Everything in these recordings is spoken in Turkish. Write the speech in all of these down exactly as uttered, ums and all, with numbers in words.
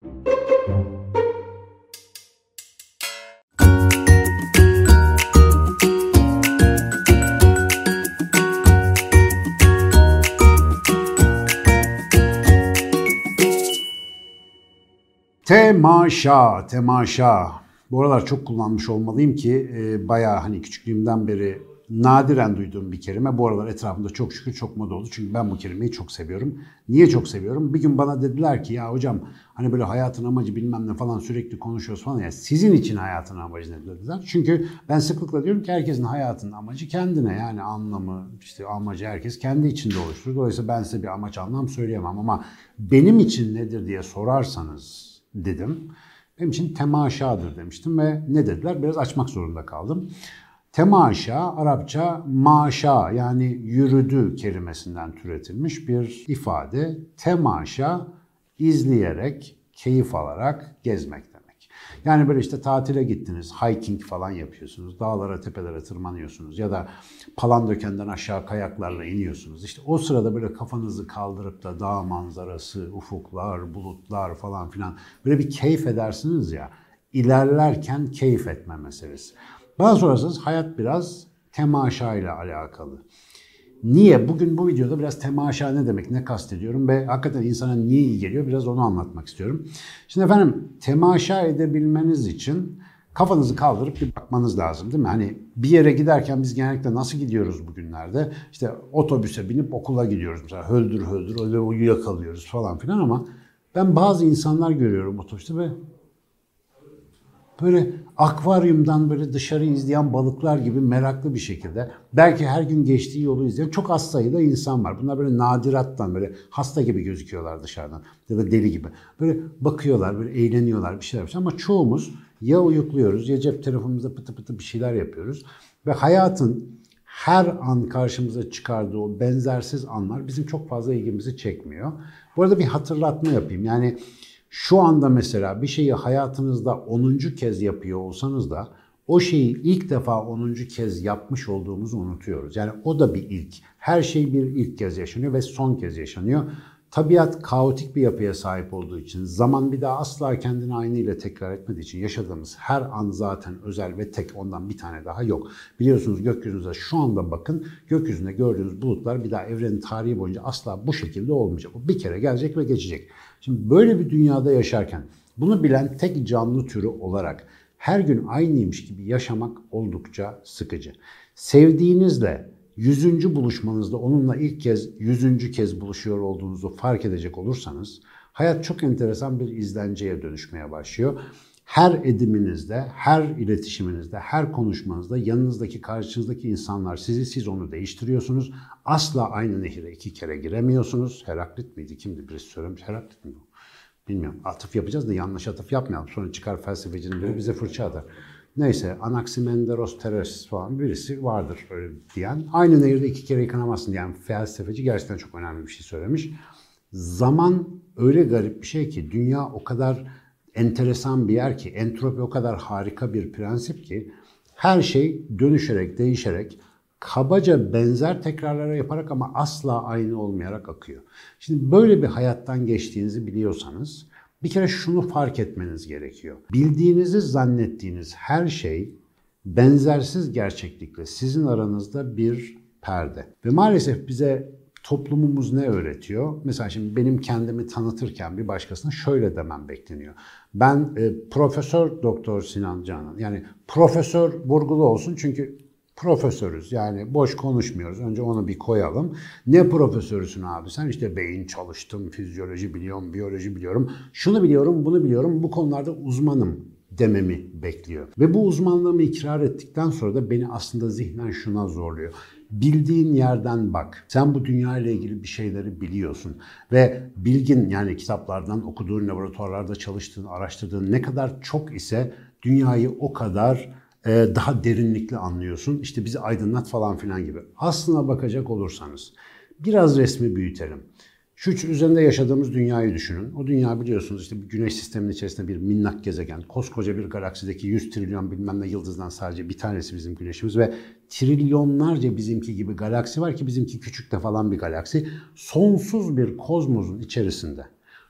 Temaşa, temaşa. Bu aralar çok kullanmış olmalıyım ki e, bayağı hani küçüklüğümden beri nadiren duyduğum bir kelime. Bu aralar etrafımda çok şükür çok moda oldu. Çünkü ben bu kelimeyi çok seviyorum. Niye çok seviyorum? Bir gün bana dediler ki ya hocam hani böyle hayatın amacı bilmem ne falan sürekli konuşuyoruz falan. Ya sizin için hayatın amacı ne dediler? Çünkü ben sıklıkla diyorum ki herkesin hayatının amacı kendine, yani anlamı, işte amacı herkes kendi içinde oluşturur. Dolayısıyla ben size bir amaç anlam söyleyemem ama benim için nedir diye sorarsanız dedim. Benim için temaşadır demiştim ve ne dediler? Biraz açmak zorunda kaldım. Temaşa, Arapça maşa yani yürüdü kelimesinden türetilmiş bir ifade. Temaşa, izleyerek, keyif alarak gezmek demek. Yani böyle işte tatile gittiniz, hiking falan yapıyorsunuz, dağlara, tepelere tırmanıyorsunuz ya da Palandöken'den aşağı kayaklarla iniyorsunuz. İşte o sırada böyle kafanızı kaldırıp da dağ manzarası, ufuklar, bulutlar falan filan böyle bir keyif edersiniz ya, ilerlerken keyif etme meselesi. Bana sorarsanız hayat biraz temaşa ile alakalı. Niye? Bugün bu videoda biraz temaşa ne demek, ne kastediyorum ve hakikaten insana niye iyi geliyor biraz onu anlatmak istiyorum. Şimdi efendim temaşa edebilmeniz için kafanızı kaldırıp bir bakmanız lazım değil mi? Hani bir yere giderken biz genellikle nasıl gidiyoruz bugünlerde? İşte otobüse binip okula gidiyoruz mesela höldür höldür öyle uyuyakalıyoruz falan filan ama ben bazı insanlar görüyorum otobüste ve böyle akvaryumdan böyle dışarı izleyen balıklar gibi meraklı bir şekilde belki her gün geçtiği yolu izleyen çok az sayıda insan var. Bunlar böyle nadirattan böyle hasta gibi gözüküyorlar dışarıdan ya da deli gibi. Böyle bakıyorlar, böyle eğleniyorlar bir şeyler yapıyorlar. Ama çoğumuz ya uyukluyoruz ya cep telefonumuzda pıtı pıtı bir şeyler yapıyoruz. Ve hayatın her an karşımıza çıkardığı o benzersiz anlar bizim çok fazla ilgimizi çekmiyor. Bu arada bir hatırlatma yapayım. Yani şu anda mesela bir şeyi hayatınızda onuncu kez yapıyor olsanız da o şeyi ilk defa onuncu kez yapmış olduğumuzu unutuyoruz. Yani o da bir ilk. Her şey bir ilk kez yaşanıyor ve son kez yaşanıyor. Tabiat kaotik bir yapıya sahip olduğu için, zaman bir daha asla kendini aynı ile tekrar etmediği için yaşadığımız her an zaten özel ve tek, ondan bir tane daha yok. Biliyorsunuz gökyüzünüze şu anda bakın, gökyüzünde gördüğünüz bulutlar bir daha evrenin tarihi boyunca asla bu şekilde olmayacak. O bir kere gelecek ve geçecek. Şimdi böyle bir dünyada yaşarken bunu bilen tek canlı türü olarak her gün aynıymış gibi yaşamak oldukça sıkıcı. Sevdiğinizle yüzüncü buluşmanızda onunla ilk kez yüzüncü kez buluşuyor olduğunuzu fark edecek olursanız hayat çok enteresan bir izlenceye dönüşmeye başlıyor. Her ediminizde, her iletişiminizde, her konuşmanızda yanınızdaki, karşınızdaki insanlar sizi, siz onu değiştiriyorsunuz. Asla aynı nehire iki kere giremiyorsunuz. Heraklit miydi? Kimdi? Birisi söylemiş. Heraklit mi? Bilmiyorum. Atıf yapacağız da yanlış atıf yapmayalım. Sonra çıkar felsefecinin biri bize fırça atar. Neyse, Anaximenderos Teres falan birisi vardır öyle diyen. Aynı nehirde iki kere yıkanamazsın diyen felsefeci gerçekten çok önemli bir şey söylemiş. Zaman öyle garip bir şey ki, dünya o kadar enteresan bir yer ki, entropi o kadar harika bir prensip ki her şey dönüşerek, değişerek, kabaca benzer tekrarlara yaparak ama asla aynı olmayarak akıyor. Şimdi böyle bir hayattan geçtiğinizi biliyorsanız bir kere şunu fark etmeniz gerekiyor. Bildiğinizi zannettiğiniz her şey benzersiz gerçeklikle sizin aranızda bir perde. Ve maalesef bize toplumumuz ne öğretiyor? Mesela şimdi benim kendimi tanıtırken bir başkasına şöyle demem bekleniyor. Ben e, Profesör Doktor Sinan Canan, yani profesör vurgulu olsun çünkü profesörüz, yani boş konuşmuyoruz. Önce onu bir koyalım. Ne profesörüsün abi sen? İşte beyin çalıştım, fizyoloji biliyorum, biyoloji biliyorum. Şunu biliyorum, bunu biliyorum, bu konularda uzmanım dememi bekliyor. Ve bu uzmanlığımı ikrar ettikten sonra da beni aslında zihnen şuna zorluyor. Bildiğin yerden bak. Sen bu dünya ile ilgili bir şeyleri biliyorsun. Ve bilgin, yani kitaplardan okuduğun, laboratuvarlarda çalıştığın, araştırdığın ne kadar çok ise dünyayı o kadar daha derinlikli anlıyorsun. İşte bizi aydınlat falan filan gibi. Aslına bakacak olursanız biraz resmi büyütelim. Şu üzerinde yaşadığımız dünyayı düşünün. O dünya biliyorsunuz işte bir güneş sisteminin içerisinde bir minnak gezegen. Koskoca bir galaksideki yüz trilyon bilmem ne yıldızdan sadece bir tanesi bizim güneşimiz ve trilyonlarca bizimki gibi galaksi var ki bizimki küçük de falan bir galaksi. Sonsuz bir kozmosun içerisinde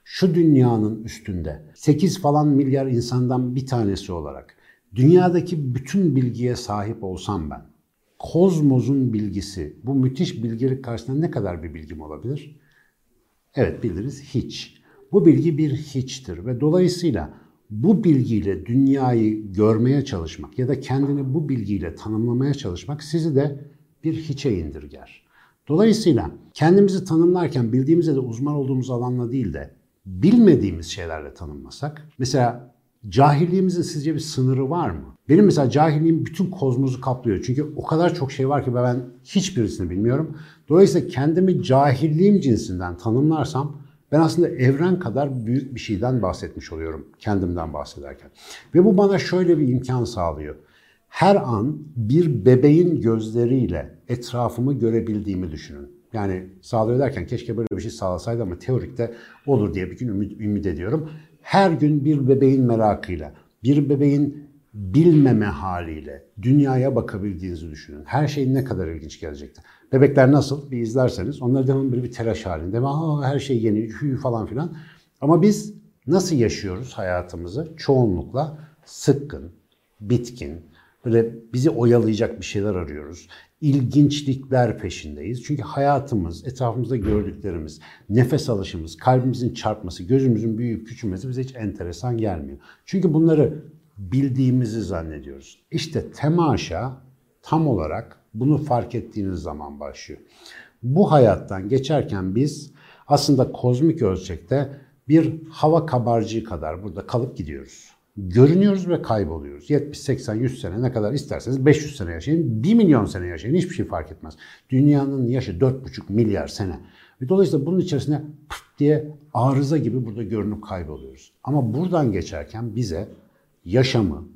şu dünyanın üstünde sekiz falan milyar insandan bir tanesi olarak dünyadaki bütün bilgiye sahip olsam ben, kozmosun bilgisi, bu müthiş bilgilik karşısında ne kadar bir bilgim olabilir? Evet, biliriz, hiç. Bu bilgi bir hiçtir ve dolayısıyla bu bilgiyle dünyayı görmeye çalışmak ya da kendini bu bilgiyle tanımlamaya çalışmak sizi de bir hiçe indirger. Dolayısıyla kendimizi tanımlarken bildiğimiz ya da uzman olduğumuz alanla değil de bilmediğimiz şeylerle tanımlasak, mesela cahilliğimizin sizce bir sınırı var mı? Benim mesela cahilliğim bütün kozmosu kaplıyor. Çünkü o kadar çok şey var ki ben hiçbirisini bilmiyorum. Dolayısıyla kendimi cahilliğim cinsinden tanımlarsam ben aslında evren kadar büyük bir şeyden bahsetmiş oluyorum kendimden bahsederken. Ve bu bana şöyle bir imkan sağlıyor. Her an bir bebeğin gözleriyle etrafımı görebildiğimi düşünün. Yani sağlıyor derken keşke böyle bir şey sağlasaydı ama teorikte olur diye bir gün ümit, ümit ediyorum. Her gün bir bebeğin merakıyla, bir bebeğin bilmeme haliyle dünyaya bakabildiğinizi düşünün. Her şey ne kadar ilginç gelecekti. Bebekler nasıl? Bir izlerseniz onlar devamlı böyle bir telaş halinde. Aa, her şey yeni, hü falan filan. Ama biz nasıl yaşıyoruz hayatımızı? Çoğunlukla sıkkın, bitkin, böyle bizi oyalayacak bir şeyler arıyoruz. İlginçlikler peşindeyiz. Çünkü hayatımız, etrafımızda gördüklerimiz, nefes alışımız, kalbimizin çarpması, gözümüzün büyüyüp küçülmesi bize hiç enteresan gelmiyor. Çünkü bunları bildiğimizi zannediyoruz. İşte temaşa tam olarak bunu fark ettiğiniz zaman başlıyor. Bu hayattan geçerken biz aslında kozmik ölçekte bir hava kabarcığı kadar burada kalıp gidiyoruz. Görünüyoruz ve kayboluyoruz. yetmiş, seksen, yüz sene ne kadar isterseniz beş yüz sene yaşayın, bir milyon sene yaşayın hiçbir şey fark etmez. Dünyanın yaşı dört buçuk milyar sene. Ve dolayısıyla bunun içerisinde pıt diye arıza gibi burada görünüp kayboluyoruz. Ama buradan geçerken bize yaşamı,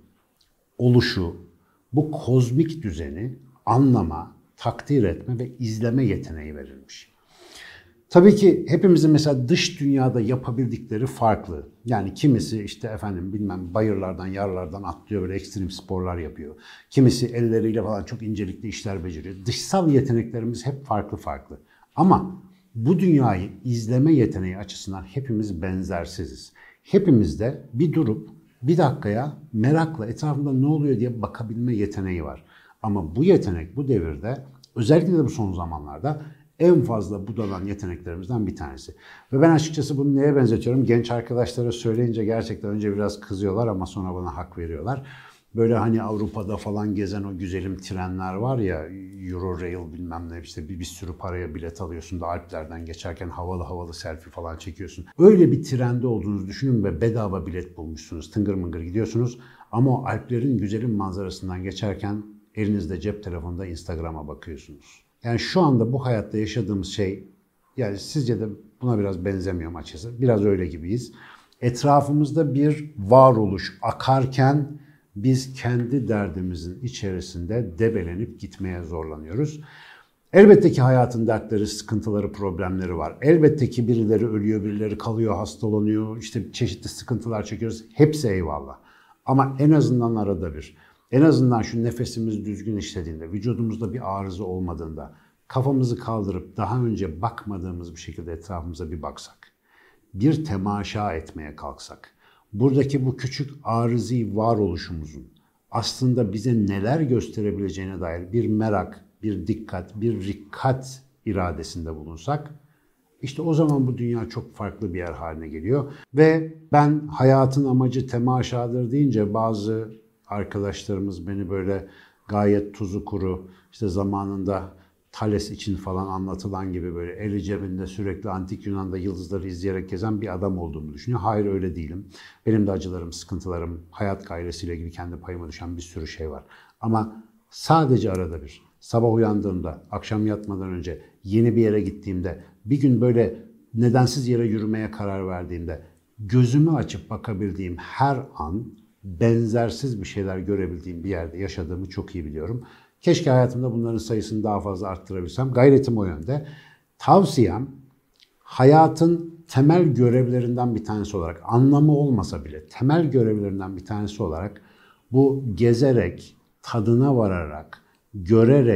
oluşu, bu kozmik düzeni anlama, takdir etme ve izleme yeteneği verilmiş. Tabii ki hepimizin mesela dış dünyada yapabildikleri farklı. Yani kimisi işte efendim bilmem bayırlardan, yarlardan atlıyor, böyle ekstrem sporlar yapıyor. Kimisi elleriyle falan çok incelikli işler beceriyor. Dışsal yeteneklerimiz hep farklı farklı. Ama bu dünyayı izleme yeteneği açısından hepimiz benzersiziz. Hepimizde bir durup bir dakikaya merakla etrafında ne oluyor diye bakabilme yeteneği var. Ama bu yetenek bu devirde, özellikle de bu son zamanlarda en fazla budalan yeteneklerimizden bir tanesi. Ve ben açıkçası bunu neye benzetiyorum? Genç arkadaşlara söyleyince gerçekten önce biraz kızıyorlar ama sonra bana hak veriyorlar. Böyle hani Avrupa'da falan gezen o güzelim trenler var ya, Eurorail bilmem ne, işte bir, bir sürü paraya bilet alıyorsun da Alplerden geçerken havalı havalı selfie falan çekiyorsun. Öyle bir trende olduğunuzu düşünün ve bedava bilet bulmuşsunuz. Tıngır mıngır gidiyorsunuz ama o Alplerin güzelim manzarasından geçerken elinizde cep telefonunda Instagram'a bakıyorsunuz. Yani şu anda bu hayatta yaşadığımız şey, yani sizce de buna biraz benzemiyor mu açıkçası? Biraz öyle gibiyiz. Etrafımızda bir varoluş akarken biz kendi derdimizin içerisinde debelenip gitmeye zorlanıyoruz. Elbette ki hayatın dertleri, sıkıntıları, problemleri var. Elbette ki birileri ölüyor, birileri kalıyor, hastalanıyor, işte çeşitli sıkıntılar çekiyoruz. Hepsi eyvallah. Ama en azından arada bir, en azından şu nefesimiz düzgün işlediğinde, vücudumuzda bir arıza olmadığında, kafamızı kaldırıp daha önce bakmadığımız bir şekilde etrafımıza bir baksak, bir temaşa etmeye kalksak, buradaki bu küçük arızi varoluşumuzun aslında bize neler gösterebileceğine dair bir merak, bir dikkat, bir rikkat iradesinde bulunsak, işte o zaman bu dünya çok farklı bir yer haline geliyor. Ve ben hayatın amacı temaşadır deyince bazı arkadaşlarımız beni böyle gayet tuzu kuru, işte zamanında Thales için falan anlatılan gibi böyle eli cebinde sürekli antik Yunan'da yıldızları izleyerek gezen bir adam olduğumu düşünüyor. Hayır, öyle değilim. Benim de acılarım, sıkıntılarım, hayat gayresiyle ilgili kendi payıma düşen bir sürü şey var. Ama sadece arada bir, sabah uyandığımda, akşam yatmadan önce, yeni bir yere gittiğimde, bir gün böyle nedensiz yere yürümeye karar verdiğimde, gözümü açıp bakabildiğim her an benzersiz bir şeyler görebildiğim bir yerde yaşadığımı çok iyi biliyorum. Keşke hayatımda bunların sayısını daha fazla arttırabilsem. Gayretim o yönde. Tavsiyem, hayatın temel görevlerinden bir tanesi olarak, anlamı olmasa bile temel görevlerinden bir tanesi olarak bu gezerek, tadına vararak, görerek,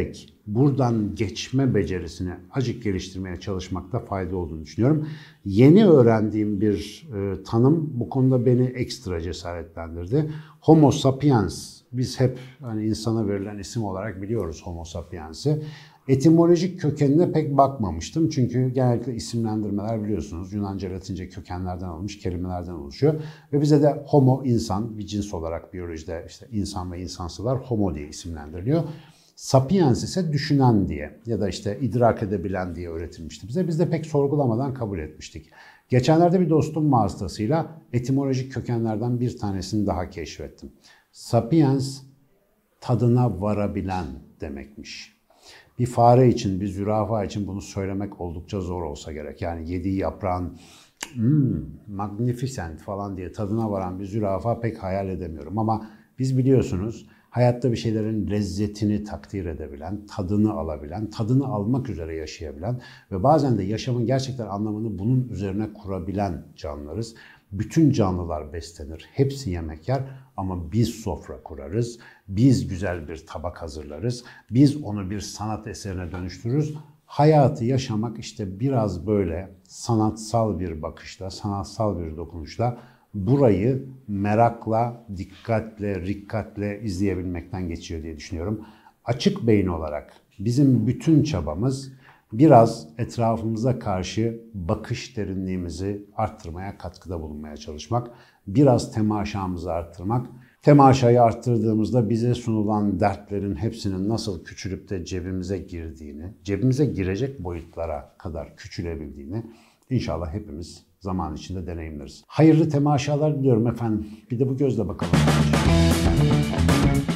buradan geçme becerisini azıcık geliştirmeye çalışmakta fayda olduğunu düşünüyorum. Yeni öğrendiğim bir e, tanım bu konuda beni ekstra cesaretlendirdi. Homo sapiens. Biz hep hani insana verilen isim olarak biliyoruz Homo sapiens'i. Etimolojik kökenine pek bakmamıştım. Çünkü genellikle isimlendirmeler biliyorsunuz Yunanca, Latince kökenlerden alınmış kelimelerden oluşuyor. Ve bize de homo insan, bir cins olarak biyolojide işte insan ve insansılar homo diye isimlendiriliyor. Sapiens ise düşünen diye ya da işte idrak edebilen diye öğretilmişti bize. Biz de pek sorgulamadan kabul etmiştik. Geçenlerde bir dostum vasıtasıyla etimolojik kökenlerden bir tanesini daha keşfettim. Sapiens tadına varabilen demekmiş. Bir fare için, bir zürafa için bunu söylemek oldukça zor olsa gerek. Yani yediği yaprağın hmm, magnificent falan diye tadına varan bir zürafa pek hayal edemiyorum. Ama biz biliyorsunuz hayatta bir şeylerin lezzetini takdir edebilen, tadını alabilen, tadını almak üzere yaşayabilen ve bazen de yaşamın gerçekten anlamını bunun üzerine kurabilen canlılarız. Bütün canlılar beslenir, hepsi yemek yer ama biz sofra kurarız, biz güzel bir tabak hazırlarız, biz onu bir sanat eserine dönüştürürüz. Hayatı yaşamak işte biraz böyle sanatsal bir bakışla, sanatsal bir dokunuşla burayı merakla, dikkatle, rikkatle izleyebilmekten geçiyor diye düşünüyorum. Açık beyin olarak bizim bütün çabamız biraz etrafımıza karşı bakış derinliğimizi arttırmaya, katkıda bulunmaya çalışmak, biraz temaşamızı arttırmak. Temaşayı arttırdığımızda bize sunulan dertlerin hepsinin nasıl küçülüp de cebimize girdiğini, cebimize girecek boyutlara kadar küçülebildiğini inşallah hepimiz zaman içinde deneyimleriz. Hayırlı temaşalar diliyorum efendim. Bir de bu gözle bakalım.